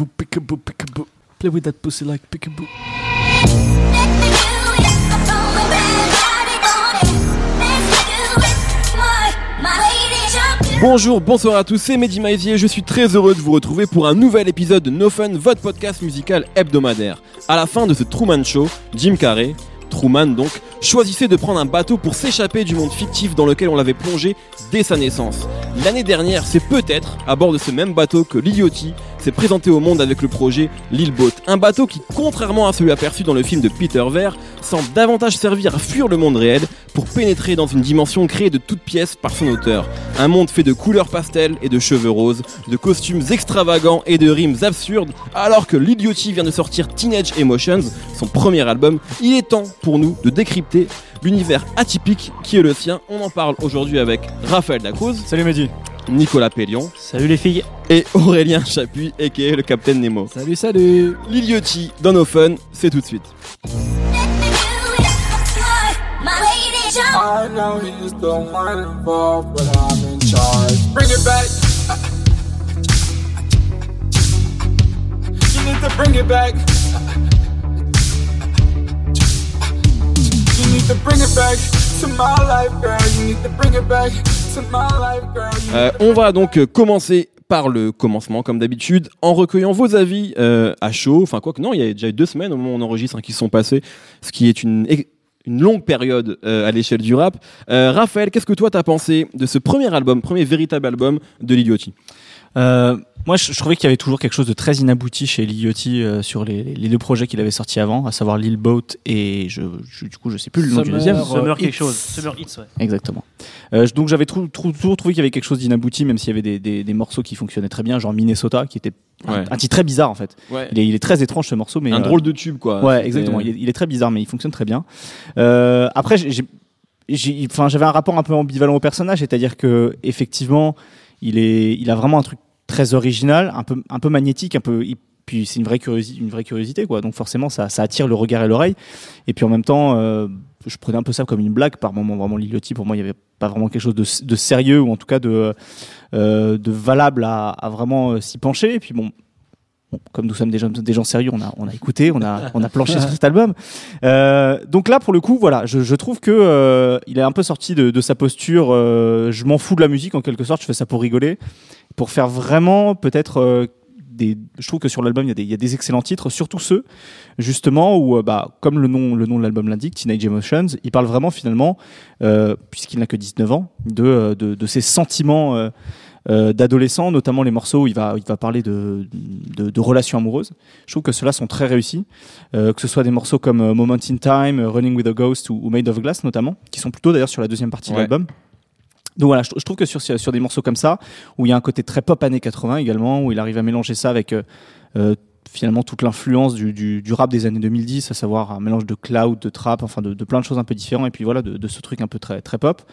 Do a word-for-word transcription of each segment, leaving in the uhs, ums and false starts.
peekaboo, peekaboo, peekaboo. Play with that pussy like peekaboo. Bonjour, bonsoir à tous, c'est Mehdi Maizier, je suis très heureux de vous retrouver pour un nouvel épisode de No Fun, votre podcast musical hebdomadaire. À la fin de ce Truman Show, Jim Carrey, Truman donc, choisissait de prendre un bateau pour s'échapper du monde fictif dans lequel on l'avait plongé dès sa naissance. L'année dernière, c'est peut-être à bord de ce même bateau que Lil Yachty s'est présenté au monde avec le projet Lil Boat. Un bateau qui, contrairement à celui aperçu dans le film de Peter Weir, semble davantage servir à fuir le monde réel pour pénétrer dans une dimension créée de toutes pièces par son auteur. Un monde fait de couleurs pastel et de cheveux roses, de costumes extravagants et de rimes absurdes. Alors que Lil Yachty vient de sortir Teenage Emotions, son premier album, il est temps pour nous de décrypter l'univers atypique qui est le sien. On en parle aujourd'hui avec Raphaël Dacruz. Salut Mehdi. Nicolas Pellion. Salut les filles. Et Aurélien Chapuis, aka le Captain Nemo. Salut, salut. Lil Yachty dans No Fun, c'est tout de suite. I know he's the one involved, but I'm in charge. Bring it back. You need to bring it back. You need to bring it back to my life, girl. You need to bring it back to my life, girl. Euh, on va donc euh, commencer par le commencement, comme d'habitude, en recueillant vos avis euh, à chaud. Enfin, quoi que non, il y a déjà eu deux semaines au moment où on enregistre hein, qui se sont passées, ce qui est une... une longue période euh, à l'échelle du rap. Euh, Raphaël, qu'est-ce que toi t'as pensé de ce premier album, premier véritable album de Lil Yachty ? Euh, moi, je, je trouvais qu'il y avait toujours quelque chose de très inabouti chez Lil Yachty euh, sur les, les deux projets qu'il avait sortis avant, à savoir Lil Boat et je, je, du coup, je sais plus le nom du deuxième. Summer quelque chose. Summer Hits, ouais. Exactement. Euh, donc j'avais trou, trou, toujours trouvé qu'il y avait quelque chose d'inabouti, même s'il y avait des, des, des morceaux qui fonctionnaient très bien, genre Minnesota, qui était un, ouais. un titre très bizarre en fait. Ouais. Il, est, il est très étrange ce morceau, mais un euh, drôle de tube quoi. Ouais, C'était... exactement. Il est, il est très bizarre, mais il fonctionne très bien. Euh, après, j'ai, j'ai, enfin, j'avais un rapport un peu ambivalent au personnage, c'est-à-dire que effectivement, il est, il a vraiment un truc très original, un peu, un peu magnétique, un peu. Il, puis c'est une vraie curiosité, une vraie curiosité quoi. Donc forcément, ça, ça attire le regard et l'oreille. Et puis en même temps, euh, je prenais un peu ça comme une blague par moment. Vraiment, Lil Yachty, pour moi, il y avait pas vraiment quelque chose de, de sérieux ou en tout cas de, euh, de valable à, à vraiment euh, s'y pencher. Et puis bon. Bon, comme nous sommes des gens, des gens sérieux, on a, on a écouté, on a, on a planché sur cet album. Euh, donc là, pour le coup, voilà, je, je trouve que euh, il est un peu sorti de, de sa posture. Euh, je m'en fous de la musique en quelque sorte. Je fais ça pour rigoler, pour faire vraiment peut-être euh, des. Je trouve que sur l'album, il y a des, il y a des excellents titres, surtout ceux justement où, euh, bah, comme le nom, le nom de l'album l'indique, Teenage Emotions, il parle vraiment finalement, euh, puisqu'il n'a que dix-neuf ans, de, de, de ses sentiments. Euh, Euh, d'adolescents, notamment les morceaux où il va, il va parler de, de, de relations amoureuses. Je trouve que ceux-là sont très réussis, euh, que ce soit des morceaux comme euh, Moment in Time, euh, Running with a Ghost ou, ou Made of Glass notamment, qui sont plutôt d'ailleurs sur la deuxième partie ouais. de l'album. Donc voilà, je, je trouve que sur, sur des morceaux comme ça, où il y a un côté très pop années quatre-vingts également, où il arrive à mélanger ça avec euh, euh, finalement toute l'influence du, du, du rap des années deux mille dix, à savoir un mélange de cloud, de trap, enfin de, de plein de choses un peu différentes, et puis voilà, de, de ce truc un peu très, très pop.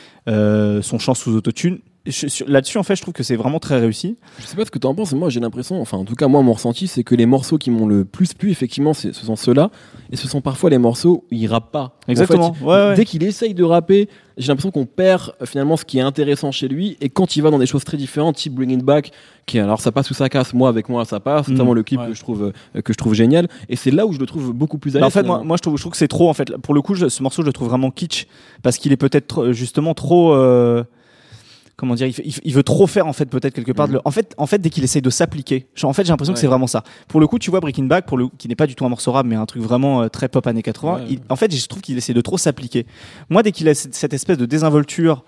Euh, son chant sous autotune. Je, sur, là-dessus, en fait, je trouve que c'est vraiment très réussi. Je sais pas ce que t'en penses, moi j'ai l'impression, enfin en tout cas moi mon ressenti, c'est que les morceaux qui m'ont le plus plu, effectivement, c'est, ce sont ceux-là, et ce sont parfois les morceaux où il rappe pas. Exactement. En fait, ouais, ouais. Dès qu'il essaye de rapper, j'ai l'impression qu'on perd finalement ce qui est intéressant chez lui, et quand il va dans des choses très différentes, type Bring It Back, qui alors ça passe ou ça casse, moi avec moi ça passe, mmh, notamment le clip ouais. que je trouve euh, que je trouve génial, et c'est là où je le trouve beaucoup plus à l'aise. Bah en fait, moi, moi je trouve, je trouve que c'est trop en fait. Pour le coup, je, ce morceau, je le trouve vraiment kitsch parce qu'il est peut-être justement trop. Euh Comment dire, il, il, il veut trop faire en fait peut-être quelque part. Mmh. De le, en fait, en fait, dès qu'il essaye de s'appliquer, genre, en fait, j'ai l'impression ouais. que c'est vraiment ça. Pour le coup, tu vois Breaking Back, pour le qui n'est pas du tout un morceau rap, mais un truc vraiment euh, très pop années quatre-vingts. Ouais, il, ouais. En fait, je trouve qu'il essaie de trop s'appliquer. Moi, dès qu'il a cette, cette espèce de désinvolture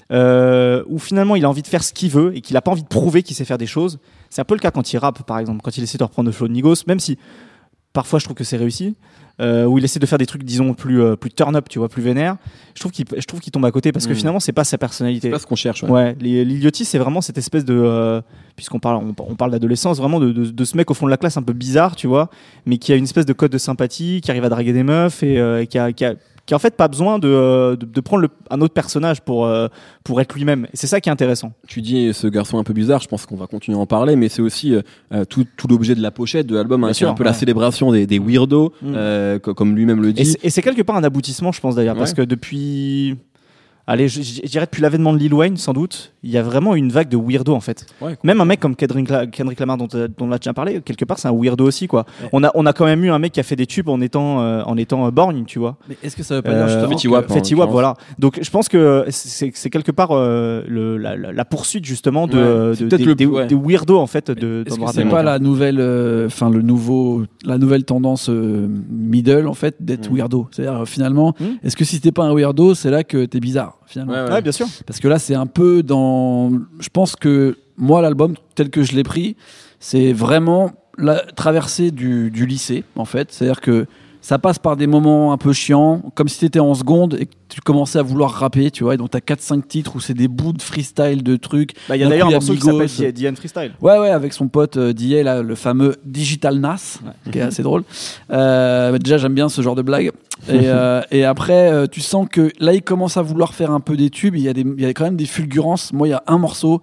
euh, où finalement il a envie de faire ce qu'il veut et qu'il a pas envie de prouver qu'il sait faire des choses, c'est un peu le cas quand il rappe, par exemple, quand il essaie de reprendre le flow de Migos, même si parfois je trouve que c'est réussi. Euh, où il essaie de faire des trucs disons plus euh, plus turn up, tu vois, plus vénère. Je trouve qu'il je trouve qu'il tombe à côté parce que mmh. finalement c'est pas sa personnalité. C'est pas ce qu'on cherche. Ouais. ouais les, Lil Yachty c'est vraiment cette espèce de euh, puisqu'on parle on, on parle d'adolescence vraiment de, de de ce mec au fond de la classe un peu bizarre, tu vois, mais qui a une espèce de code de sympathie, qui arrive à draguer des meufs et, euh, et qui a qui a qui a en fait pas besoin de, de, de prendre le, un autre personnage pour, euh, pour être lui-même. Et c'est ça qui est intéressant. Tu dis ce garçon un peu bizarre, je pense qu'on va continuer à en parler, mais c'est aussi euh, tout, tout l'objet de la pochette de l'album, hein, c'est un peu ouais. la célébration des, des weirdos, mmh. euh, comme lui-même le dit. Et c'est, et c'est quelque part un aboutissement, je pense d'ailleurs, ouais. parce que depuis... allez, je, je dirais depuis l'avènement de Lil Wayne, sans doute, il y a vraiment une vague de weirdo en fait. Ouais, Même un mec comme Kendrick, La- Kendrick Lamar, dont, dont on a déjà parlé, quelque part, c'est un weirdo aussi, quoi. Ouais. On a, on a quand même eu un mec qui a fait des tubes en étant, euh, en étant euh, borgne, tu vois. Mais est-ce que ça veut pas Euh, dire justement Fetty que- Wap, hein. Fetty Wap, l'occurrence. voilà. Donc je pense que c'est, c'est quelque part euh, le, la, la, la poursuite justement de, Ouais, euh, c'est de- peut-être des, le des, plus- ouais. des weirdos en fait de. Est-ce dans que le c'est rap pas américain. la nouvelle, euh, enfin le nouveau, la nouvelle tendance euh, middle en fait d'être Mm. weirdo. C'est-à-dire euh, finalement, Mm. est-ce que si t'es pas un weirdo, c'est là que t'es bizarre finalement. Ouais, ouais. Ouais, bien sûr. Parce que là, c'est un peu dans. Je pense que moi, l'album tel que je l'ai pris, c'est vraiment la traversée du, du lycée en fait. C'est-à-dire que ça passe par des moments un peu chiants, comme si t'étais en seconde et que tu commençais à vouloir rapper, tu vois. Et donc t'as quatre cinq titres où c'est des bouts de freestyle, de trucs. Bah, il y a D'un d'ailleurs coup, un il y a morceau qui Migos. s'appelle D N Freestyle. Ouais, ouais, avec son pote euh, D A, là, le fameux Digital Nas, qui est assez drôle. Euh, déjà, j'aime bien ce genre de blague. Et, euh, et après, euh, tu sens que là, il commence à vouloir faire un peu des tubes. Il y a, des, il y a quand même des fulgurances. Moi, il y a un morceau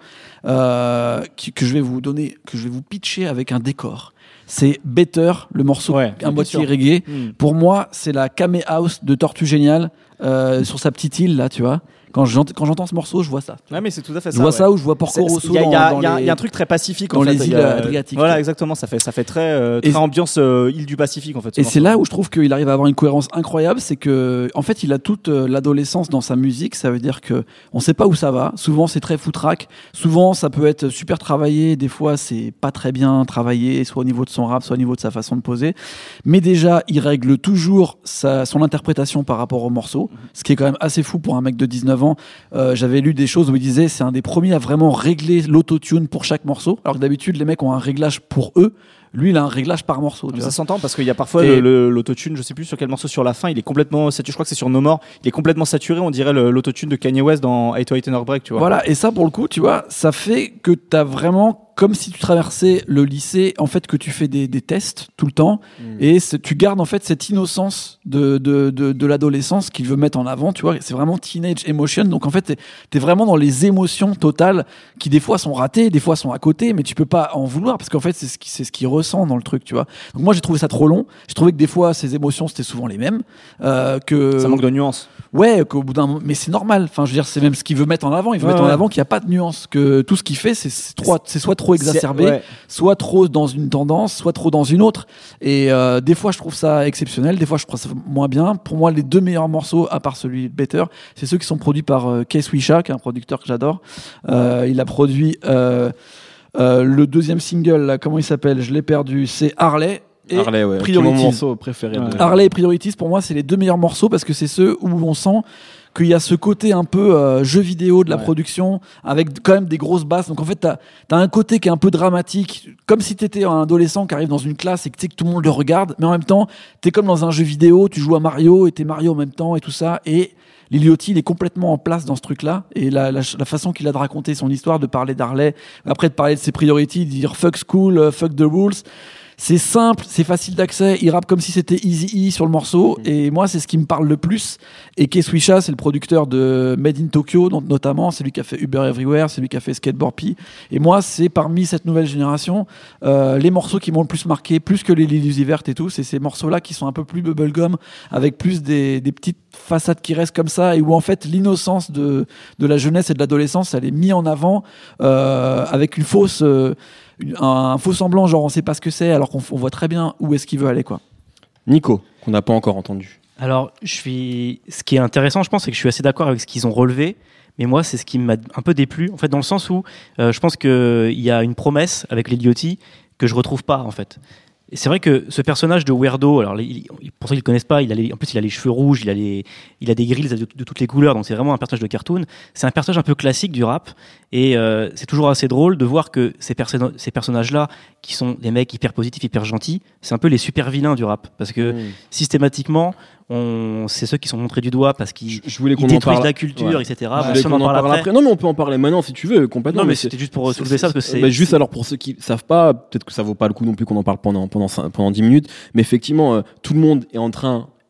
euh, qui, que je vais vous donner, que je vais vous pitcher avec un décor. C'est Better, le morceau Ouais, à bien moitié sûr. reggae. Mm. Pour moi, c'est la Kame House de Tortue Géniale euh, sur sa petite île, là, tu vois. Quand j'entends, quand j'entends ce morceau, je vois ça. Ouais, mais c'est tout à fait Je ça. vois ouais. ça ou je vois Porco C'est- Rosso Il y, a- il y a- dans, il y a- dans il les... y a un truc très pacifique dans en fait. les Il y îles a- Adriatiques, Voilà, quoi. exactement. Ça fait, ça fait très, euh, Et très c'est- ambiance euh, île du Pacifique en fait. ce Et c'est morceau. là où je trouve qu'il arrive à avoir une cohérence incroyable, c'est que en fait il a toute euh, l'adolescence dans sa musique. Ça veut dire que on sait pas où ça va. Souvent c'est très foutraque. Souvent ça peut être super travaillé. Des fois c'est pas très bien travaillé, soit au niveau de son rap, soit au niveau de sa façon de poser. Mais déjà il règle toujours sa, son interprétation par rapport au morceau, ce qui est quand même assez fou pour un mec de dix-neuf ans. Euh, J'avais lu des choses où il disait c'est un des premiers à vraiment régler l'autotune pour chaque morceau, alors que d'habitude les mecs ont un réglage pour eux. Lui, il a un réglage par morceau. Tu Ça vois. s'entend parce qu'il y a parfois Et- le- le- l'autotune, je sais plus sur quel morceau sur la fin, il est complètement saturé. Je crois que c'est sur No More, il est complètement saturé. On dirait le- l'autotune de Kanye West dans eight oh eight and Heartbreak, tu vois. Voilà, et ça pour le coup, tu vois, ça fait que tu as vraiment comme si tu traversais le lycée, en fait, que tu fais des, des tests tout le temps, Mm. et c'est- tu gardes en fait cette innocence de, de, de, de l'adolescence qu'il veut mettre en avant, tu vois, c'est vraiment teenage emotion, donc en fait, t'es, t'es vraiment dans les émotions totales qui des fois sont ratées, des fois sont à côté, mais tu peux pas en vouloir, parce qu'en fait, c'est ce qui- c'est ce qu'il ressent dans le truc, tu vois. Donc moi, j'ai trouvé ça trop long, j'ai trouvé que des fois, ces émotions, c'était souvent les mêmes, euh, que... Ça manque de nuances. Ouais, qu'au bout d'un moment, mais c'est normal. Enfin, je veux dire, c'est même ce qu'il veut mettre en avant. Il veut Ouais, mettre en ouais. avant qu'il n'y a pas de nuance, que tout ce qu'il fait, c'est, c'est, trop, c'est soit trop exacerbé, C'est- ouais. soit trop dans une tendance, soit trop dans une autre. Et euh, des fois, je trouve ça exceptionnel. Des fois, je trouve ça moins bien. Pour moi, les deux meilleurs morceaux, à part celui de Better, c'est ceux qui sont produits par euh, Case Wisha, qui est un producteur que j'adore. Euh, il a produit euh, euh, le deuxième single, là, comment il s'appelle ? Je l'ai perdu. C'est Harley. Et Harley, ouais. Qui est Priorities. mon morceau préféré de... Harley et Priorities, pour moi, c'est les deux meilleurs morceaux parce que c'est ceux où on sent qu'il y a ce côté un peu euh, jeu vidéo de la Ouais. production avec quand même des grosses basses. Donc en fait, t'as as un côté qui est un peu dramatique, comme si t'étais un adolescent qui arrive dans une classe et que tu sais que tout le monde le regarde, mais en même temps, t'es comme dans un jeu vidéo, tu joues à Mario et t'es Mario en même temps et tout ça. Et Lil Yachty, il est complètement en place dans ce truc-là. Et la, la, la façon qu'il a de raconter son histoire, de parler d'Harley, après de parler de ses priorités, de dire fuck school, euh, fuck the rules. C'est simple, c'est facile d'accès, il rappe comme si c'était Eazy-E sur le morceau, et moi c'est ce qui me parle le plus. Et Case Wisha, c'est le producteur de Made in Tokyo, donc, notamment, c'est lui qui a fait Uber Everywhere, c'est lui qui a fait Skateboard P. Et moi, c'est parmi cette nouvelle génération, euh, les morceaux qui m'ont le plus marqué, plus que les Lil Uzi Vert et tout, c'est ces morceaux-là qui sont un peu plus bubblegum, avec plus des, des petites façades qui restent comme ça, et où en fait l'innocence de, de la jeunesse et de l'adolescence, elle est mise en avant euh, avec une fausse... Euh, un, un faux semblant, genre on sait pas ce que c'est, alors qu'on on voit très bien où est-ce qu'il veut aller, quoi. Nico, qu'on n'a pas encore entendu. Alors, je suis... ce qui est intéressant, je pense, c'est que je suis assez d'accord avec ce qu'ils ont relevé. Mais moi, c'est ce qui m'a un peu déplu, en fait, dans le sens où euh, je pense qu'il y a une promesse avec Lil Yachty que je retrouve pas, en fait. Et c'est vrai que ce personnage de weirdo, alors il, pour ceux qui le connaissent pas, il a les, en plus il a les cheveux rouges, il a les, il a des grilles de, de toutes les couleurs, donc c'est vraiment un personnage de cartoon. C'est un personnage un peu classique du rap, et euh, c'est toujours assez drôle de voir que ces, perso- ces personnages-là, qui sont des mecs hyper positifs, hyper gentils, c'est un peu les super vilains du rap, parce que Mmh. systématiquement, on, c'est ceux qui sont montrés du doigt parce qu'ils Je, je voulais ils qu'on en détruisent parle. la culture, Ouais. et cetera. Je Bon, voulais si on qu'on en parle après. après. Non, mais on peut en parler maintenant si tu veux, complètement. Non, mais c'est- c'était juste pour soulever ça parce que c'est. Bah, juste c'est- alors pour ceux qui savent pas, peut-être que ça vaut pas le coup non plus qu'on en parle pendant pendant cin- pendant dix minutes, mais effectivement euh, tout le monde est en train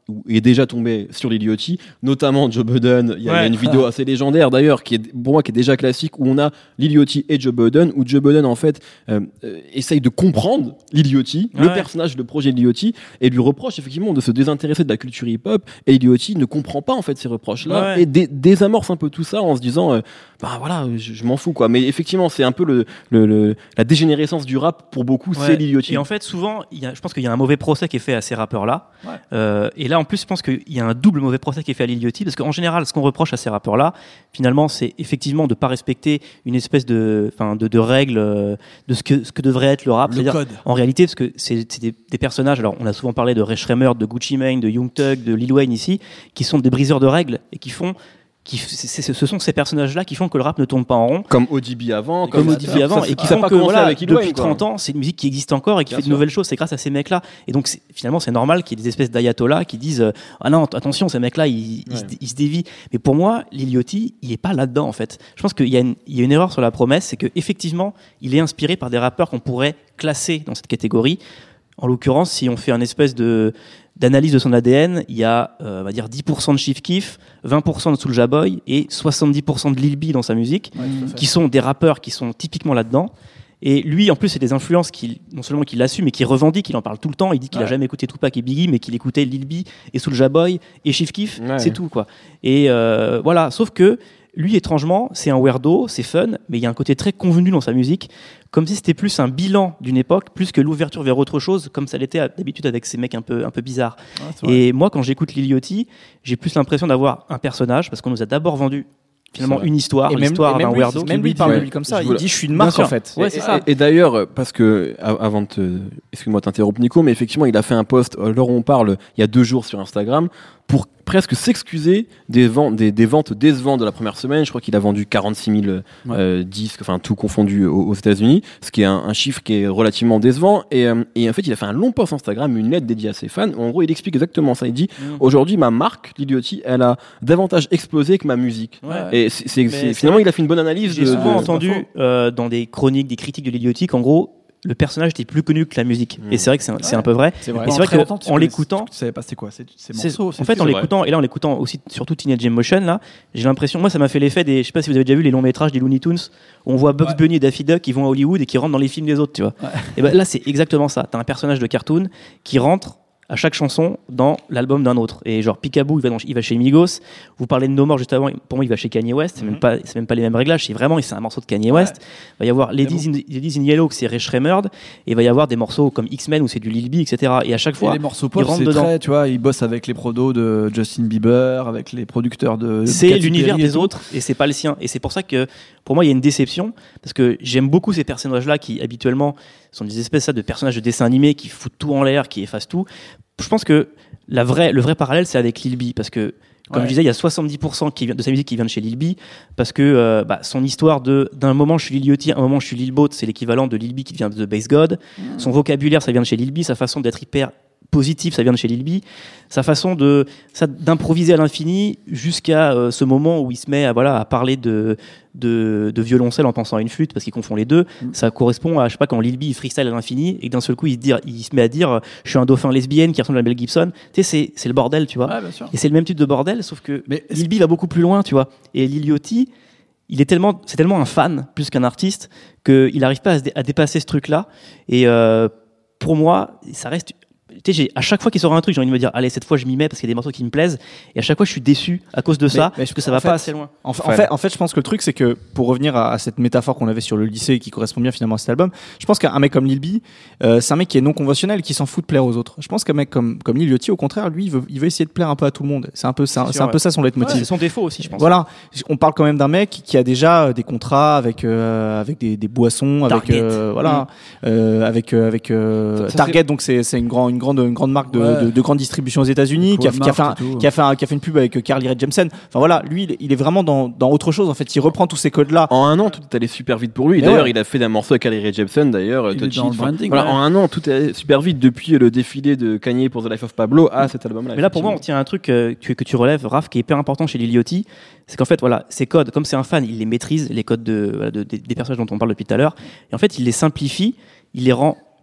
ou est déjà tombé sur Lil Yachty, notamment Joe Budden. Il y a, Ouais. il y a une vidéo assez légendaire d'ailleurs, qui est pour moi qui est déjà classique, où on a Lil Yachty et Joe Budden, où Joe Budden en fait euh, euh, essaye de comprendre Lil Yachty, Ouais. le personnage, le projet de Lil Yachty, et lui reproche effectivement de se désintéresser de la culture hip-hop. Et Lil Yachty ne comprend pas en fait ces reproches-là Ouais. et dé- désamorce un peu tout ça en se disant, euh, bah voilà, je, je m'en fous quoi. Mais effectivement, c'est un peu le, le, le- la dégénérescence du rap pour beaucoup, c'est Ouais. Lil Yachty. Et en fait, souvent, il y a, je pense qu'il y a un mauvais procès qui est fait à ces rappeurs-là. Ouais. Euh, et là, en plus, je pense qu'il y a un double mauvais procès qui est fait à Lil Yachty, parce qu'en général, ce qu'on reproche à ces rappeurs-là, finalement, c'est effectivement de pas respecter une espèce de, enfin, de, de règles euh, de ce que, ce que devrait être le rap. Le C'est-à-dire, code. en réalité, parce que c'est c'est des, des personnages. Alors, on a souvent parlé de Ray Shremmer, de Gucci Mane, de Young Thug, de Lil Wayne ici, qui sont des briseurs de règles et qui font, qui, c'est- c'est- ce sont ces personnages-là qui font que le rap ne tourne pas en rond. Comme O D B avant, Comme ça- O D B avant, ça- et qui ça a font pas que commencé voilà, avec Lil depuis Wayne, quoi. trente ans, c'est une musique qui existe encore et qui Bien fait de sûr. nouvelles choses. C'est grâce à ces mecs-là. Et donc, c'est- finalement, c'est normal qu'il y ait des espèces d'ayatollahs qui disent euh, ah non, t- attention, ces mecs-là, ils, ils, Ouais. se, ils se dévient. Mais pour moi, Lil Yachty, il est pas là-dedans en fait. Je pense qu'il y a une, il y a une erreur sur la promesse, c'est que effectivement, il est inspiré par des rappeurs qu'on pourrait classer dans cette catégorie. En l'occurrence, si on fait un espèce de d'analyse de son A D N, il y a, euh, on va dire, dix pour cent de Chief Keef, vingt pour cent de Soulja Boy et soixante-dix pour cent de Lil B dans sa musique, Ouais, tout à fait. qui sont des rappeurs qui sont typiquement là-dedans. Et lui, en plus, c'est des influences qu'il, non seulement qu'il assume, mais qu'il revendique, il en parle tout le temps. Il dit qu'il a Ouais. jamais écouté Tupac et Biggie, mais qu'il écoutait Lil B et Soulja Boy et Chief Keef. Ouais. C'est tout, quoi. Et euh, voilà. Sauf que lui, étrangement, c'est un weirdo, c'est fun, mais il y a un côté très convenu dans sa musique, comme si c'était plus un bilan d'une époque, plus que l'ouverture vers autre chose, comme ça l'était d'habitude avec ces mecs un peu, un peu bizarres. Ouais, c'est vrai. Et moi, quand j'écoute Lil Yachty, j'ai plus l'impression d'avoir un personnage, parce qu'on nous a d'abord vendu finalement C'est vrai. une histoire, Et même, l'histoire et même d'un lui, weirdo. même lui, il dit, parle de ouais. lui comme ça. Je Il voulais- dit je suis une Bien marque sûr. en fait. Ouais, Et- c'est ça. Et, et d'ailleurs, parce que a- avant de te, excuse-moi de t'interrompre Nico, mais effectivement, il a fait un post, à l'heure où on parle, il y a deux jours sur Instagram, pour presque s'excuser des ventes, des, des ventes décevantes de la première semaine. Je crois qu'il a vendu quarante-six mille euh, disques, enfin tout confondu aux, aux États-Unis, ce qui est un, un chiffre qui est relativement décevant. Et, euh, et en fait, il a fait un long post Instagram, une lettre dédiée à ses fans. En gros, il explique exactement ça. Il dit Mm. aujourd'hui, ma marque, Lil Yachty, elle a davantage explosé que ma musique. Ouais. Et c'est, c'est- Mais c'est- c'est finalement, vrai il a fait une bonne analyse. J'ai de, souvent de- entendu euh, dans des chroniques, des critiques de Lil Yachty qu'en gros, le personnage était plus connu que la musique. Mm. Et c'est vrai que c'est un, c'est Ouais. un peu vrai. C'est vrai. Et c'est Pendant vrai très que longtemps, tu en connais- l'écoutant, tu savais pas c'était quoi, c'est ces C'est- morceaux. en c'est- fait, c'est en vrai. l'écoutant, et là en l'écoutant aussi surtout Teenage Motion, là, j'ai l'impression, moi ça m'a fait l'effet des, je sais pas si vous avez déjà vu les longs métrages des Looney Tunes, où on voit Bugs Ouais. Bunny et Daffy Duck qui vont à Hollywood et qui rentrent dans les films des autres, tu vois. Ouais. Et ben là c'est exactement ça. T'as un personnage de cartoon qui rentre à chaque chanson dans l'album d'un autre. Et genre Peekaboo, il va, dans- il va chez Migos. Vous parlez de No More juste avant. Pour moi, il va chez Kanye West. C'est Mhm. même pas, c'est même pas les mêmes réglages. C'est vraiment, c'est un morceau de Kanye West. Il va y avoir Ladies in, Ladies in Yellow, que c'est Ray Shremmer. Et il va y avoir des morceaux comme X-Men où c'est du Lil B, et cetera. Et à chaque Et fois, les morceaux pop, rentrent c'est dedans. très, tu vois, ils bossent avec les prodos de Justin Bieber, avec les producteurs de. c'est Katy l'univers Perry et des tout. autres et c'est pas le sien. Et c'est pour ça que pour moi il y a une déception parce que j'aime beaucoup ces personnages-là qui habituellement sont des espèces ça, de personnages de dessin animé qui foutent tout en l'air, qui effacent tout. Je pense que la vraie, le vrai parallèle c'est avec Lil B parce que comme Ouais. je disais, il y a soixante-dix pour cent qui vient de sa musique qui vient de chez Lil B parce que euh, bah, son histoire de d'un moment je suis Lil Yachty, un moment je suis Lil Boat, c'est l'équivalent de Lil B qui vient de The Bass God. Son vocabulaire ça vient de chez Lil B, sa façon d'être hyper positif, ça vient de chez Lil B. Sa façon de ça, d'improviser à l'infini jusqu'à euh, ce moment où il se met à voilà à parler de de, de violoncelle en pensant à une flûte parce qu'il confond les deux. Mm. Ça correspond à je sais pas quand Lil B il freestyle à l'infini et que d'un seul coup il se dit il se met à dire euh, je suis un dauphin lesbienne qui ressemble à Mel Gibson. Tu sais c'est c'est le bordel tu vois. Ouais, bien sûr. Et c'est le même type de bordel sauf que Mais Lil B va beaucoup plus loin tu vois. Et Lil Yachty il est tellement c'est tellement un fan plus qu'un artiste qu'il n'arrive pas à, se dé- à dépasser ce truc là et euh, pour moi ça reste tu sais, j'ai- à chaque fois qu'il sort un truc, j'ai envie de me dire, allez, cette fois je m'y mets parce qu'il y a des morceaux qui me plaisent. Et à chaque fois, je suis déçu à cause de ça, mais parce que ça va en fait- pas assez loin. En, fa- en Fan. fait, en fait, je pense que le truc, c'est que pour revenir à, à cette métaphore qu'on avait sur le lycée qui correspond bien finalement à cet album, je pense qu'un mec comme Lil B, euh, c'est un mec qui est non conventionnel, qui s'en fout de plaire aux autres. Je pense qu'un mec comme, comme Lil Yachty, au contraire, lui, il veut, il veut essayer de plaire un peu à tout le monde. C'est un peu ça, C'est c'est sûr, un peu ça son leitmotiv. C'est son défaut aussi, je pense. Voilà, on parle quand même d'un mec qui a déjà euh, des contrats avec euh, avec des, des boissons, avec Target. euh, voilà, euh, avec euh, avec euh, Ça- ça Target. Donc c'est c'est une grande une grande une grande marque de, Ouais. de, de grande distribution aux États-Unis, qui a, qui a fait un, Walmart et tout. qui a fait un, qui a fait une pub avec euh, Carly Rae Jepsen. Enfin voilà, lui il est- il est vraiment dans dans autre chose en fait. Il reprend tous ces codes là. En un an, tout est allé super vite pour lui. Mais D'ailleurs, ouais. il a fait un morceau avec Carly Rae Jepsen, d'ailleurs, Il est Touch dans It. le branding, Voilà, ouais. en un an, tout est allé super vite depuis le défilé de Kanye pour The Life of Pablo à cet album-là. Mais là, pour moi, on tient un truc euh, que, que tu relèves, Raph, qui est hyper important chez Lil Yachty. C'est qu'en fait, voilà, ces codes, comme c'est un fan, il les maîtrise, les codes de, voilà, de- des- des personnages dont on parle depuis tout à l'heure. Et en fait, il les simplifie, il les rend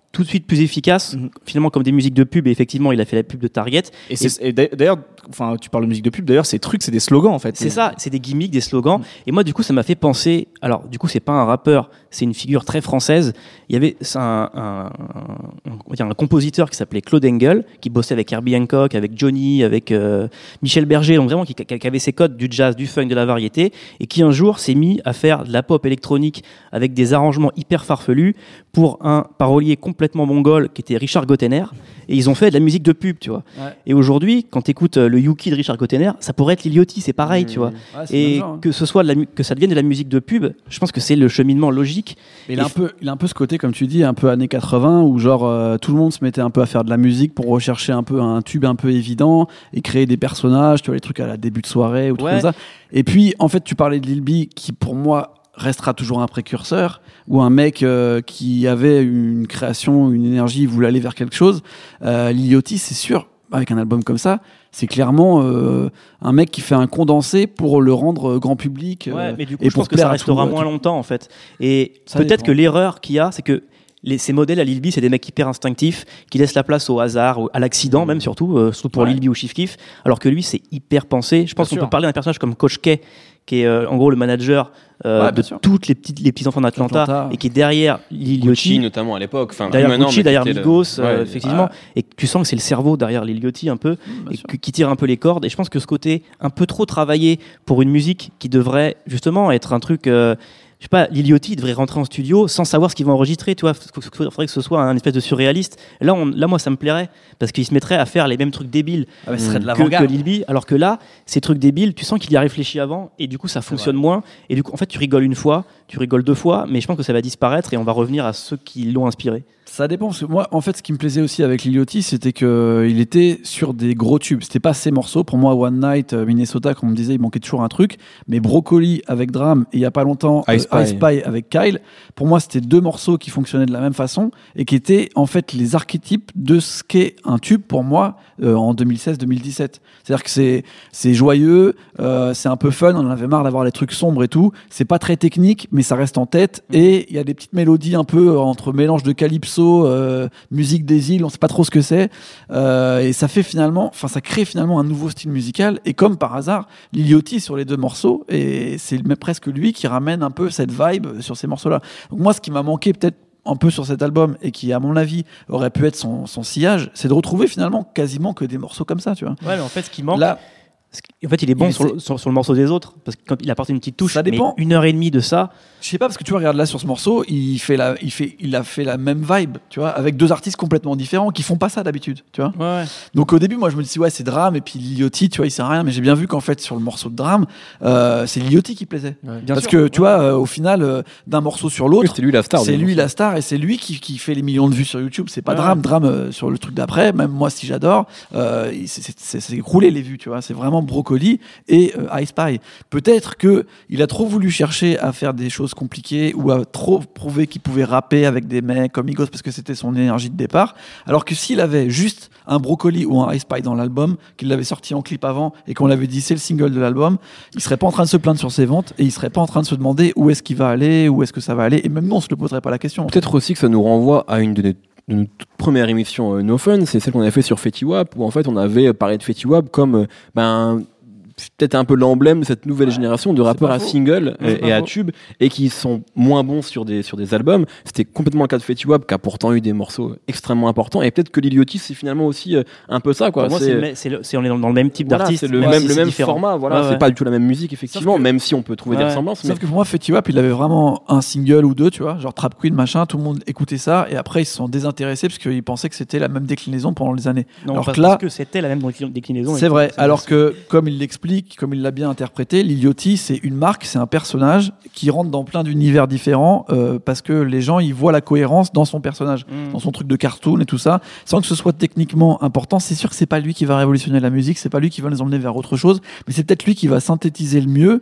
tout de suite plus efficaces, Mhm. finalement comme des musiques de pub. Et effectivement, il a fait la pub de Target. Et, c'est, et d'ailleurs, enfin, tu parles de musique de pub. D'ailleurs, ces trucs, c'est des slogans en fait. C'est ça, c'est des gimmicks, des slogans. Et moi, du coup, ça m'a fait penser. Alors, du coup, c'est pas un rappeur, c'est une figure très française. Il y avait c'est un, un, un, on va dire un compositeur qui s'appelait Claude Engel, qui bossait avec Herbie Hancock, avec Johnny, avec euh, Michel Berger, donc vraiment qui, qui avait ses codes du jazz, du funk, de la variété, et qui un jour s'est mis à faire de la pop électronique avec des arrangements hyper farfelus pour un parolier complètement mongol qui était Richard Gottener. Et ils ont fait de la musique de pub, tu vois. Ouais. Et aujourd'hui, quand tu écoutes le Yuki de Richard Gottener, ça pourrait être Lil Yachty, c'est pareil, Mmh. tu vois. Ouais, c'est Et le même genre, hein. que ce soit de la, mu- que ça devienne de la musique de pub, je pense que c'est le cheminement logique. Mais il a Et un peu, il a un peu ce côté, comme tu dis, un peu années quatre-vingts, où genre euh, tout le monde se mettait un peu à faire de la musique pour rechercher un peu un tube un peu évident et créer des personnages, tu vois, les trucs à la début de soirée ou trucs Ouais. comme ça. Et puis, en fait, tu parlais de Lil B, qui pour moi restera toujours un précurseur, ou un mec euh, qui avait une création, une énergie, il voulait aller vers quelque chose. Euh, Lil Yachty, c'est sûr, avec un album comme ça, c'est clairement euh, un mec qui fait un condensé pour le rendre euh, grand public. Ouais, euh, mais du coup, et je pour pense que plaire ça à restera tout, moins euh, longtemps, en fait. Et Ça peut-être dépend. que l'erreur qu'il y a, c'est que les, ces modèles à Lil B, c'est des mecs hyper instinctifs qui laissent la place au hasard, au- à l'accident, même surtout, euh, surtout pour Ouais. Lil B ou Chief Keef, alors que lui, c'est hyper pensé. Je pense Bien qu'on sûr. peut parler d'un personnage comme Coach K, qui est euh, en gros le manager euh, Ouais, bien de sûr. toutes les petites les petits enfants d'Atlanta Atlanta. et qui est derrière Lil Gucci Yachty. notamment à l'époque. Enfin, Derrière plus maintenant, Gucci, mais derrière c'était le- Migos, euh, Ouais. effectivement, Ouais. et que tu sens que c'est le cerveau derrière Lil Yachty un peu, bien et sûr. que- qui tire un peu les cordes. Et je pense que ce côté un peu trop travaillé pour une musique qui devrait justement être un truc, euh, je sais pas, Lil Yachty devrait rentrer en studio sans savoir ce qu'il va enregistrer, tu vois. Il faudrait que ce soit un espèce de surréaliste. Là, on, là, moi, ça me plairait parce qu'il se mettrait à faire les mêmes trucs débiles Ah bah, ce serait de que, l'avant-garde. que Lil B, alors que là, ces trucs débiles, tu sens qu'il y a réfléchi avant et du coup, ça fonctionne moins. Et du coup, en fait, tu rigoles une fois, tu rigoles deux fois, mais je pense que ça va disparaître et on va revenir à ceux qui l'ont inspiré. Ça dépend, parce que moi, en fait, ce qui me plaisait aussi avec Lil Yachty, c'était qu'il était sur des gros tubes. C'était pas ses morceaux. Pour moi, One Night, euh, Minnesota, comme on me disait, il manquait toujours un truc. Mais Brocoli avec Dram, et il y a pas longtemps, Ice euh, Pie. Ice Pie avec Kyle, pour moi, c'était deux morceaux qui fonctionnaient de la même façon et qui étaient, en fait, les archétypes de ce qu'est un tube, pour moi, euh, en deux mille seize deux mille dix-sept. C'est-à-dire que c'est, c'est joyeux, euh, c'est un peu fun, on en avait marre d'avoir les trucs sombres et tout. C'est pas très technique, mais ça reste en tête. Et il y a des petites mélodies un peu entre mélange de calypso, euh, musique des îles, on sait pas trop ce que c'est. Euh, et ça fait finalement, enfin, ça crée finalement un nouveau style musical. Et comme par hasard, Lil Yachty sur les deux morceaux, et c'est même presque lui qui ramène un peu cette vibe sur ces morceaux-là. Donc moi, ce qui m'a manqué peut-être un peu sur cet album et qui, à mon avis, aurait pu être son, son sillage, c'est de retrouver finalement quasiment que des morceaux comme ça, tu vois. Ouais, mais en fait, ce qui manque, Là, en fait, il est bon il sur, essaie- le, sur, sur le morceau des autres parce que quand il apporte une petite touche, Ça dépend. mais une heure et demie de ça, je sais pas, parce que tu vois, regarde là sur ce morceau, il, fait la, il, fait, il a fait la même vibe, tu vois, avec deux artistes complètement différents qui font pas ça d'habitude, tu vois. ouais. Donc au début, moi, je me dis, ouais, c'est Dram, et puis Lil Yachty, tu vois, il sert à rien, mais j'ai bien vu qu'en fait, sur le morceau de Dram, euh, c'est Lil Yachty qui plaisait. Bien Parce sûr. que, tu vois, euh, au final, euh, d'un morceau sur Oui, l'autre, c'était lui la star. c'est de- lui la star, et c'est lui qui, qui fait les millions de vues sur YouTube. C'est pas Ouais. Dram, Dram euh, sur le truc d'après, même moi, si j'adore, euh, il- c'est- c'est c'est- c'est écroulé les vues, tu vois. C'est vraiment Brocoli et euh, Ice Pie. Peut-être que il a trop voulu chercher à faire des choses compliquées ou à trop prouver qu'il pouvait rapper avec des mecs comme Migos parce que c'était son énergie de départ. Alors que s'il avait juste un Brocoli ou un Ice Pie dans l'album, qu'il l'avait sorti en clip avant et qu'on l'avait dit c'est le single de l'album, il serait pas en train de se plaindre sur ses ventes et il serait pas en train de se demander où est-ce qu'il va aller, où est-ce que ça va aller. Et même nous, on se le poserait pas la question. Peut-être aussi que ça nous renvoie à une de nos, de nos toutes premières émissions euh, No Fun, c'est celle qu'on avait fait sur Fetty Wap, où en fait on avait parlé de Fetty Wap comme euh, ben peut-être un peu l'emblème de cette nouvelle génération de rappeurs pas à faux. single C'est et, pas et à faux. tube et qui sont moins bons sur des sur des albums. C'était complètement le cas de Fetty Wap qui a pourtant eu des morceaux extrêmement importants et peut-être que Lil Yachty c'est finalement aussi euh, un peu ça quoi. Pour moi, c'est, le me- c'est le- c'est- on est dans, dans le même type voilà, d'artiste, c'est le même même, si le c'est même différent. format, voilà, Ouais, c'est ouais. pas du tout la même musique effectivement, Sauf que- même si on peut trouver des Ouais. ressemblances. Sauf mais... que pour moi, Fetty Wap, il avait vraiment un single ou deux, tu vois, genre Trap Queen, machin, tout le monde écoutait ça, et après ils se sont désintéressés parce qu'ils pensaient que c'était la même déclinaison pendant les années. Non, Alors parce, que là- parce que c'était la même déclin- déclinaison. C'est et- vrai, c'est- alors c'est- que, comme il l'explique, comme il l'a bien interprété, Lil Yachty, c'est une marque, c'est un personnage qui rentre dans plein d'univers différents euh, parce que les gens, ils voient la cohérence dans son personnage, Mm. dans son truc de cartoon et tout ça, sans que ce soit techniquement important. C'est sûr que c'est pas lui qui va révolutionner la musique, c'est pas lui qui va nous emmener vers autre chose, mais c'est peut-être lui qui va synthétiser le mieux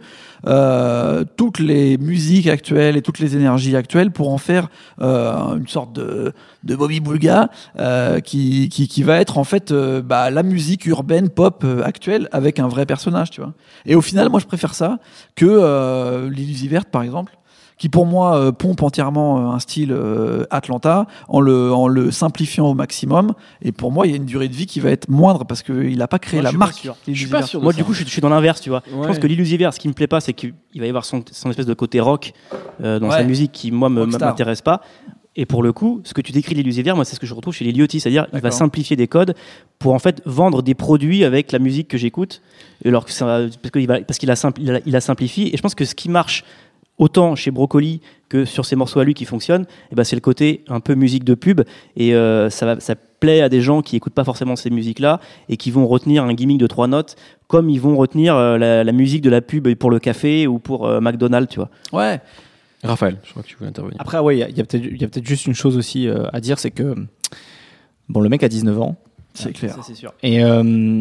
euh, toutes les musiques actuelles et toutes les énergies actuelles pour en faire euh, une sorte de, de Bobby Bulga euh, qui, qui, qui va être en fait euh, bah, la musique urbaine pop euh, actuelle avec un vrai personnage, tu vois. Et au final, moi, je préfère ça que euh, Lil Uzi Vert, par exemple, qui pour moi euh, pompe entièrement euh, un style euh, Atlanta en le, en le simplifiant au maximum. Et pour moi, il y a une durée de vie qui va être moindre parce qu'il n'a pas créé Moi, la je suis pas marque. sûr. Lil Je suis Uzi pas Vert. sûr. Moi, du coup, je, suis- je suis dans l'inverse, tu vois. Je Ouais. pense que Lil Uzi Vert, ce qui me plaît pas, c'est qu'il va y avoir son, son espèce de côté rock euh, dans Ouais. sa musique qui, moi, me- Rockstar. m'intéresse pas. Et pour le coup, ce que tu décris de Lil Uzi Vert, moi, c'est ce que je retrouve chez Lil Yachty, c'est-à-dire il va D'accord. simplifier des codes pour en fait vendre des produits avec la musique que j'écoute, alors que ça, parce qu'il va, parce qu'il a, simpli- il a, il a simplifié. Et je pense que ce qui marche autant chez Brocoli que sur ses morceaux à lui qui fonctionnent, eh ben c'est le côté un peu musique de pub. Et euh, ça, va, ça plaît à des gens qui écoutent pas forcément ces musiques-là et qui vont retenir un gimmick de trois notes, comme ils vont retenir euh, la, la musique de la pub pour le café ou pour euh, McDonald's, tu vois. Ouais. Raphaël, je crois que tu voulais intervenir. Après, ouais, il y a, il y a peut-être il y a peut-être juste une chose aussi euh, à dire, c'est que bon, le mec a dix-neuf ans. C'est clair. Ça, c'est sûr. Et, euh,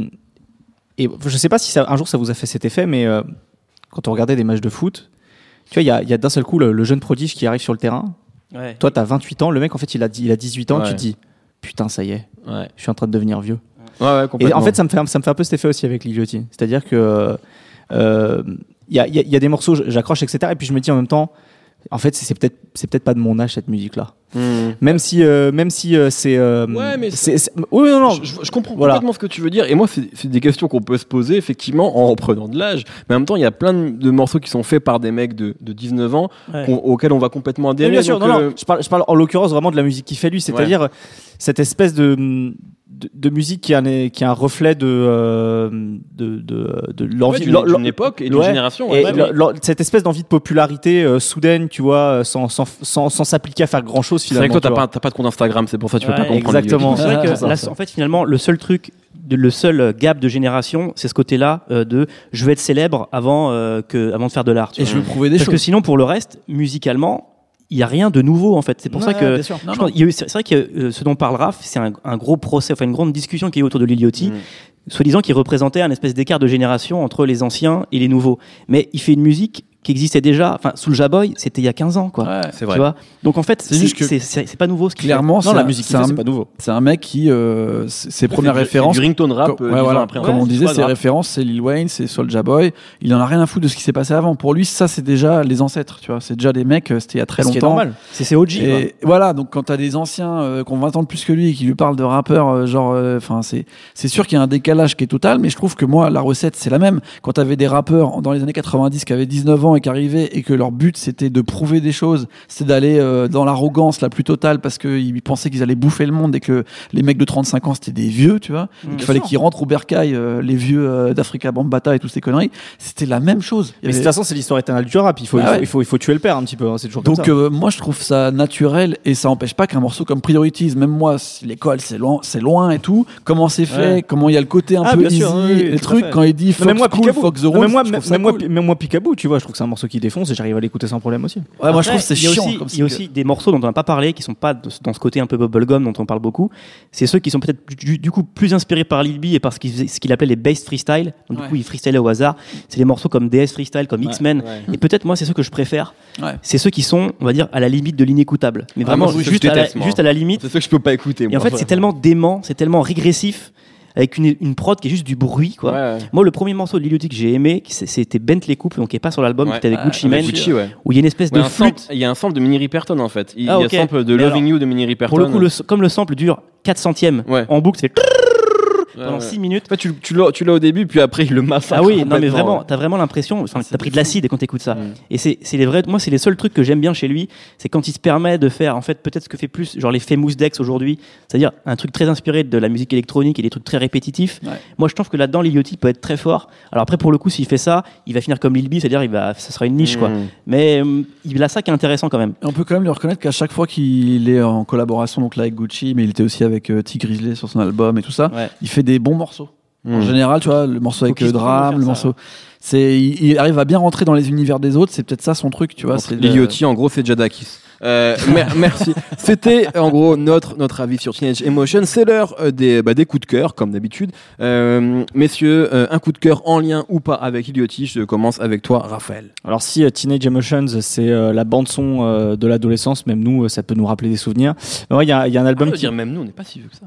et je sais pas si ça, un jour ça vous a fait cet effet, mais euh, quand on regardait des matchs de foot, tu vois, il y a, il y a d'un seul coup le, le jeune prodige qui arrive sur le terrain. Ouais. Toi, t'as vingt-huit ans, le mec, en fait, il a, il a dix-huit ans, Ouais. tu te dis, putain, ça y est, Ouais. je suis en train de devenir vieux. Ouais, ouais, Et complètement. en fait, ça me fait, ça me fait un peu cet effet aussi avec Lil Yachty. C'est-à-dire que euh, il y, a, il y a- il y a des morceaux, j'accroche, et cetera. Et puis je me dis en même temps, en fait, c'est c'est peut-être, c'est peut-être pas de mon âge cette musique-là. Hmm. Même si, euh, même si euh, c'est, euh, Ouais, mais c'est, c'est- oui, non, non. Je, je- je comprends Voilà. complètement ce que tu veux dire. Et moi, c'est c'est des questions qu'on peut se poser, effectivement, en reprenant de l'âge. Mais en même temps, il y a plein de, de morceaux qui sont faits par des mecs de, de dix-neuf ans Ouais. qu'on- auxquels on va complètement Oui, adhérer. bien sûr, Donc, non, euh, non. Je parle, je parle en l'occurrence vraiment de la musique qu'il fait lui, c'est-à-dire cette espèce de, de, de musique qui est un, qui est un reflet de, euh, de, de, de ouais, l'envie d'une l'en- d'une époque et d'une ouais. génération. Et ouais. le- le- cette espèce d'envie de popularité euh, soudaine, tu vois, euh, sans, sans, sans, sans s'appliquer à faire grand chose C'est vrai finalement. que toi, tu t'as vois. pas, t'as pas de compte Instagram, c'est pour ça que tu peux Ouais, pas comprendre. exactement. les- C'est vrai Ah, que ça, là, ça. en fait, finalement, le seul truc, de- le seul gap de génération, c'est ce côté-là euh, de je veux être célèbre avant, euh, que, avant de faire de l'art. tu Et vois. je veux prouver des Parce que choses. sinon, pour le reste, musicalement, il n'y a rien de nouveau en fait. C'est pour ça Ouais, que bien sûr. je pense- il y a eu- c'est c'est vrai que euh, ce dont parle Raph, c'est un, un gros procès, enfin une grande discussion qui est autour de Lil Yachty, Mm. soi-disant qui représentait un espèce d'écart de génération entre les anciens et les nouveaux. Mais il fait une musique qui existait déjà. Enfin, Soulja Boy, c'était il y a quinze ans, quoi. Ouais. C'est Tu vrai. vois. Donc en fait, C'est c'est juste que- c'est- c'est- c'est pas nouveau ce qu'il fait. Clairement, Non, c'est la un- musique qu'il c'est fait, un- c'est pas nouveau. c'est un mec qui, euh, s- ses premières C'est du- références. c'est Du ringtone rap, Co- euh, ouais, dix ans voilà. après. Comme Ouais, on c'est disait, pas ses grave. références, c'est Lil Wayne, c'est Soulja Boy. Il en a rien à foutre de ce qui s'est passé avant. Pour lui, ça, c'est déjà les ancêtres. Tu vois, c'est déjà des mecs. euh, C'était il y a très Ce qui est longtemps. normal. C'est c'est O G. quoi. Et voilà, donc quand t'as des anciens euh, qui ont vingt ans de plus que lui et qui lui parlent de rappeurs, euh, genre, enfin, c'est c'est sûr qu'il y a un décalage qui est total, mais je trouve que moi, la recette, c'est la même. Quand t'avais des rappeurs dans les années quatre-vingt-dix qui avaient dix-neuf ans et qui arrivaient et que leur but c'était de prouver des choses, c'était d'aller euh, dans l'arrogance la plus totale parce qu'ils pensaient qu'ils allaient bouffer le monde et que les mecs de trente-cinq ans c'était des vieux, tu vois, et qu'il bien fallait sûr. qu'ils rentrent au bercail, euh, les vieux euh, d'Africa Bambaataa et toutes ces conneries. C'était la même chose. Il y Mais de avait- toute façon, c'est l'histoire éternelle du rap. Il faut, Bah il, faut, ouais. il, faut, il faut tuer le père un petit peu. hein, C'est toujours comme Donc ça. euh, moi je trouve ça naturel et ça empêche pas qu'un morceau comme Priorities, même moi si l'école c'est loin, c'est loin et tout, comment c'est fait, Ouais. comment il y a le côté un Ah, peu bien easy, sûr, oui, oui, les tout à trucs fait. quand il dit Non, Fox même moi, cool, Picaboo. Fox the Non, rules, même moi, je trouve ça même moi, cool. même moi, Picaboo, tu vois, je trouve que c'est un morceau qui défonce et j'arrive à l'écouter sans problème aussi. Ouais, moi je Après, trouve que c'est il y a chiant. aussi- comme Il y a c'est- aussi des morceaux dont on n'a pas parlé qui sont pas de- dans ce côté un peu bubblegum dont on parle beaucoup. C'est ceux qui sont peut-être du, du coup plus inspirés par Lil B et par ce qu'il faisait- ce qu'il appelait les bass freestyle. Donc Ouais. du coup, il freestylait au hasard. C'est des morceaux comme D S freestyle, comme X-Men. ouais. Et peut-être moi, c'est ceux que je préfère. Ouais. C'est ceux qui sont, on va dire, à la limite de l'inécoutable. Mais Ah, vraiment, moi, c'est ceux que juste, je à la, déteste, moi. juste à la limite. C'est ça que je peux pas écouter. Et moi. en fait, c'est tellement dément, c'est tellement régressif, avec une, une prod qui est juste du bruit, quoi. Ouais, ouais. Moi, le premier morceau de Lil Yachty que j'ai aimé, qui- c'était Bentley Coupe, donc qui est pas sur l'album, Ouais. qui était avec Ah, Gucci avec Mane, Gucci, ouais. où il y a une espèce Ouais, de un sample- flûte. Il y a un sample de Minnie Riperton en fait. Il Ah, y a ok. un sample de Mais Loving alors, You de Minnie Riperton. Pour le coup, le, comme le sample dure quatre centièmes Ouais. en boucle, c'est Ouais, pendant ouais. six minutes. En fait, tu, tu l'as tu l'as au début, puis après, il le massacre. Ah oui, non mais complètement, vraiment, ouais. t'as vraiment l'impression, enfin, c'est t'as pris de de l'acide quand t'écoutes ça. Mm. Et c'est, c'est les vrais, moi c'est les seuls trucs que j'aime bien chez lui, c'est quand il se permet de faire, en fait, peut-être ce que fait plus, genre les Famous Dex aujourd'hui, c'est-à-dire un truc très inspiré de la musique électronique et des trucs très répétitifs. Ouais. Moi je trouve que là-dedans, Lil Yachty peut être très fort. Alors après, pour le coup, s'il fait ça, il va finir comme Lil B, c'est-à-dire il va, ça sera une niche, quoi. Mm. Mais hum, il a ça qui est intéressant quand même. Et on peut quand même lui reconnaître qu'à chaque fois qu'il est en collaboration donc là avec Gucci, mais il était aussi avec euh, T Grizzly sur son album et tout ça, Ouais. il fait des bons morceaux. En Mm. général, tu vois, le morceau avec qu'il le se prenne de drame, faire le ça, morceau, c'est, il, il arrive à bien rentrer dans les univers des autres. C'est peut-être ça son truc, tu vois. C'est Lil le- Yachty, en gros, c'est Jadakis. Euh, mer- merci. C'était en gros notre notre avis sur Teenage Emotion. C'est l'heure euh, des bah, des coups de cœur comme d'habitude. Euh, messieurs, euh, un coup de cœur en lien ou pas avec Lil Yachty. Je commence avec toi, Raphaël. Alors si euh, Teenage Emotions c'est euh, la bande son euh, de l'adolescence, même nous euh, ça peut nous rappeler des souvenirs. Mais ouais, il y a, il y a un album Je veux qui dire, même nous, on n'est pas si vieux que ça.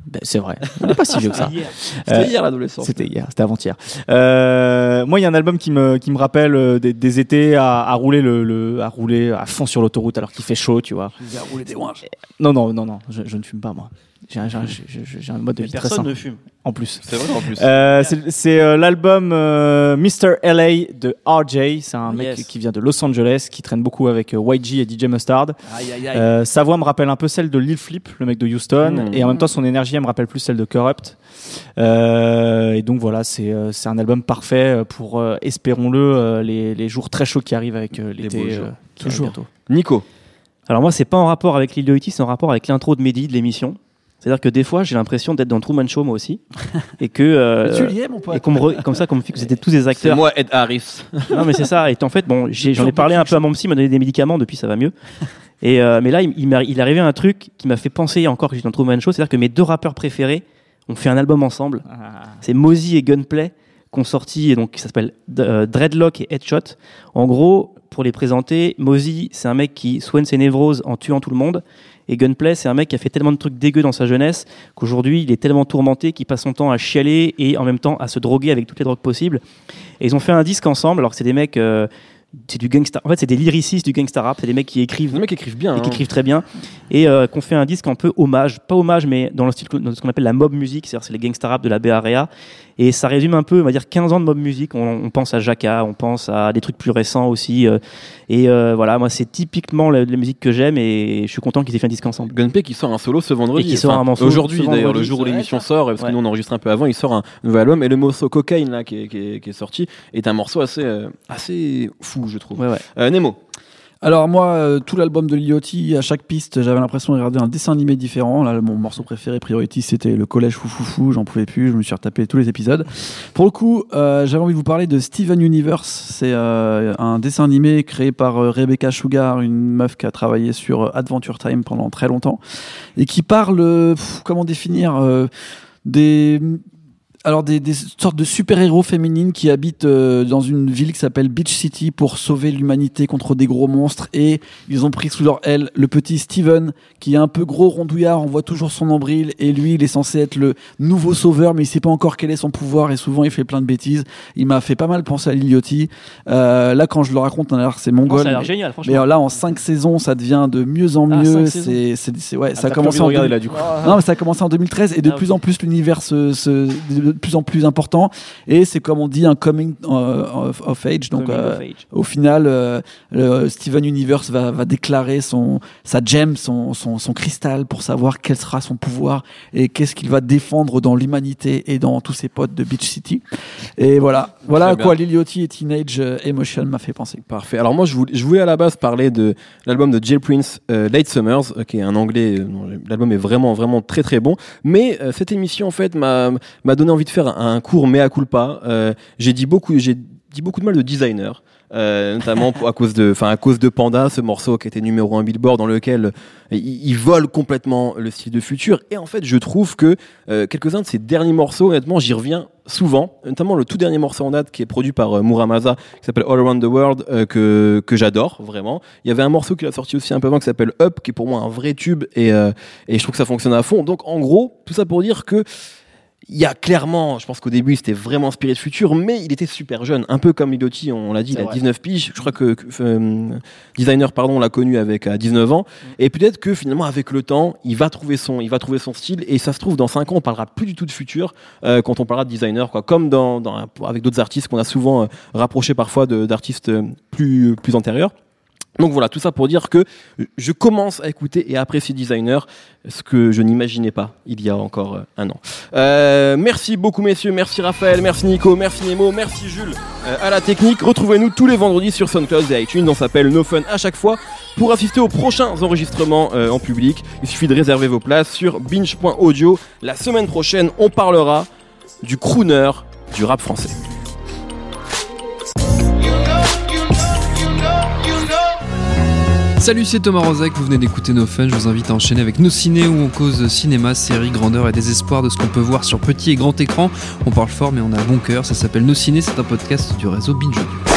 Ben, c'est vrai, on n'est pas si vieux que ça. C'était Euh, hier l'adolescence. C'était hier, c'était avant-hier. Euh, moi, il y a un album qui me qui me rappelle euh, des, des étés à, à rouler le, le à rouler à fond sur l'autoroute alors qu'il fait chaud, tu vois. Je vais rouler des ouinges. Non non non non, je, je ne fume pas moi. J'ai un, j'ai un, j'ai- j'ai- j'ai un mode de Mais vie très personne simple. ne fume. En plus. C'est vrai en plus. Euh, c'est c'est, euh, l'album euh, mister L A de R J. C'est un mec Yes. qui vient de Los Angeles, qui traîne beaucoup avec euh, Y G et D J Mustard. Aïe aïe aïe. Euh, sa voix me rappelle un peu celle de Lil Flip, le mec de Houston, Mmh. et en même temps son énergie elle me rappelle plus celle de Corrupt. Euh, et donc voilà, c'est euh, c'est un album parfait pour, euh, espérons-le, euh, les, les jours très chauds qui arrivent avec euh, l'été. beaux jours. euh, qui arrive Toujours. bientôt. Nico. Alors moi, c'est pas en rapport avec Lil Yachty, c'est en rapport avec l'intro de Mehdi de l'émission. C'est-à-dire que des fois, j'ai l'impression d'être dans Truman Show moi aussi, et que euh, tu y es, mon pote. et qu'on me re- comme ça, qu'on me fait que c'était tous des C'est acteurs. moi Ed Harris. Non, mais c'est ça. Et en fait, bon, j'ai- j'en ai parlé un peu à mon psy, il m'a donné des médicaments, depuis ça va mieux. Et euh, mais là, il, il, m'est- il est arrivé un truc qui m'a fait penser encore que j'étais dans Truman Show, c'est-à-dire que mes deux rappeurs préférés ont fait un album ensemble. C'est Mozzy et Gunplay qui ont sorti, et donc qui s'appelle euh, Dreadlock et Headshot. En gros, pour les présenter, Mozzy, c'est un mec qui soigne ses névroses en tuant tout le monde. Et Gunplay, c'est un mec qui a fait tellement de trucs dégueux dans sa jeunesse qu'aujourd'hui, il est tellement tourmenté qu'il passe son temps à chialer et en même temps à se droguer avec toutes les drogues possibles. Et ils ont fait un disque ensemble, alors que c'est des mecs... euh, c'est du gangsta. En fait, c'est des lyricistes du gangsta rap. C'est des mecs qui écrivent Les mecs écrivent bien. et qui hein. écrivent très bien et euh, qu'on fait un disque un peu hommage, pas hommage mais dans le style que- dans ce qu'on appelle la mob music, c'est-à-dire c'est les gangsta rap de la Bay Area, et ça résume un peu, on va dire quinze ans de mob music. On, on pense à Jaka, on pense à des trucs plus récents aussi, euh, et euh, voilà, moi c'est typiquement la, la musique que j'aime et je suis content qu'ils aient fait un disque ensemble. Gunplay qui sort un solo ce vendredi. Et qui sort un morceau aujourd'hui ce d'ailleurs, vendredi. le jour où C'est vrai, l'émission ça. sort, parce que Ouais. nous on enregistre un peu avant, il sort un nouvel album et le morceau Cocaine là qui est, qui est- qui est sorti est un morceau assez euh, assez fou je trouve. Ouais, ouais. Euh, Nemo. Alors moi, euh, tout l'album de Lil Yachty, à chaque piste, j'avais l'impression de regarder un dessin animé différent. Là, mon morceau préféré, Priority, c'était le collège foufoufou. J'en pouvais plus, je me suis retapé tous les épisodes. Pour le coup, euh, j'avais envie de vous parler de Steven Universe. C'est euh, un dessin animé créé par euh, Rebecca Sugar, une meuf qui a travaillé sur euh, Adventure Time pendant très longtemps et qui parle, euh, pff, comment définir, euh, des alors des, des sortes de super-héros féminines qui habitent euh, dans une ville qui s'appelle Beach City pour sauver l'humanité contre des gros monstres, et ils ont pris sous leur aile le petit Steven qui est un peu gros rondouillard, on voit toujours son nombril, et lui il est censé être le nouveau sauveur mais il sait pas encore quel est son pouvoir et souvent il fait plein de bêtises. Il m'a fait pas mal penser à Lil Yachty. Euh, là quand je le raconte, on a l'air c'est Non, mongol. ça a l'air mais- génial, mais franchement. alors là en cinq saisons ça devient de mieux en Ah, mieux. cinq saisons. c'est, c'est, c'est- ouais, ça a t'as commencé plus en envie de regarder deux- là, du coup. non, mais ça a commencé en deux mille treize et de Ah, plus ok. en plus l'univers se, se- de plus en plus important, et c'est comme on dit un coming euh, of, of age. Donc Coming euh, of age. au final, euh, le Steven Universe va, va déclarer son sa gemme, son, son son cristal pour savoir quel sera son pouvoir et qu'est-ce qu'il va défendre dans l'humanité et dans tous ses potes de Beach City. Et voilà, voilà à Très quoi Lil Yachty et Teenage euh, Emotion m'a fait penser. Parfait. Alors moi je voulais, je voulais à la base parler de l'album de Jail Prince, euh, Late Summers, euh, qui est un anglais. euh, non, l'album est vraiment vraiment très très bon. Mais euh, cette émission en fait m'a m'a donné envie de faire un, un court mea culpa. Euh, j'ai dit beaucoup j'ai dit beaucoup de mal de designer. Euh, notamment pour- à cause de, enfin à cause de Panda, ce morceau qui était numéro un Billboard, dans lequel euh, il, il vole complètement le style de Future. Et en fait, je trouve que euh, quelques-uns de ses derniers morceaux, honnêtement, j'y reviens souvent. Notamment le tout dernier morceau en date qui est produit par euh, Muramasa, qui s'appelle All Around the World, euh, que que j'adore vraiment. Il y avait un morceau qu'il a sorti aussi un peu avant qui s'appelle Up, qui est pour moi un vrai tube, et euh, et je trouve que ça fonctionne à fond. Donc en gros, tout ça pour dire que il y a clairement, je pense qu'au début c'était vraiment inspiré de Future, mais il était super jeune, un peu comme Lil Yachty, on l'a dit, C'est il a vrai. dix-neuf piges. Je crois que, que euh, Designer, pardon, on l'a connu avec à dix-neuf ans, et peut-être que finalement avec le temps, il va trouver son, il va trouver son style, et ça se trouve dans cinq ans on parlera plus du tout de Future euh, quand on parlera de Designer, quoi, comme dans, dans avec d'autres artistes qu'on a souvent euh, rapprochés parfois de, d'artistes euh, plus plus antérieurs. Donc voilà, tout ça pour dire que je commence à écouter et à apprécier Designer, ce que je n'imaginais pas il y a encore euh, un an. Euh, merci beaucoup messieurs, merci Raphaël, merci Nico, merci Nemo, merci Jules euh, à la technique. Retrouvez-nous tous les vendredis sur SoundCloud et iTunes, on s'appelle No Fun à chaque fois. Pour assister aux prochains enregistrements euh, en public, il suffit de réserver vos places sur binge point audio. La semaine prochaine, on parlera du crooner du rap français. Salut, c'est Thomas Rozek, vous venez d'écouter No Fun, je vous invite à enchaîner avec Nos Ciné où on cause cinéma, séries, grandeur et désespoir de ce qu'on peut voir sur petit et grand écran. On parle fort mais on a bon cœur, ça s'appelle Nos Ciné, c'est un podcast du réseau Binge Audio.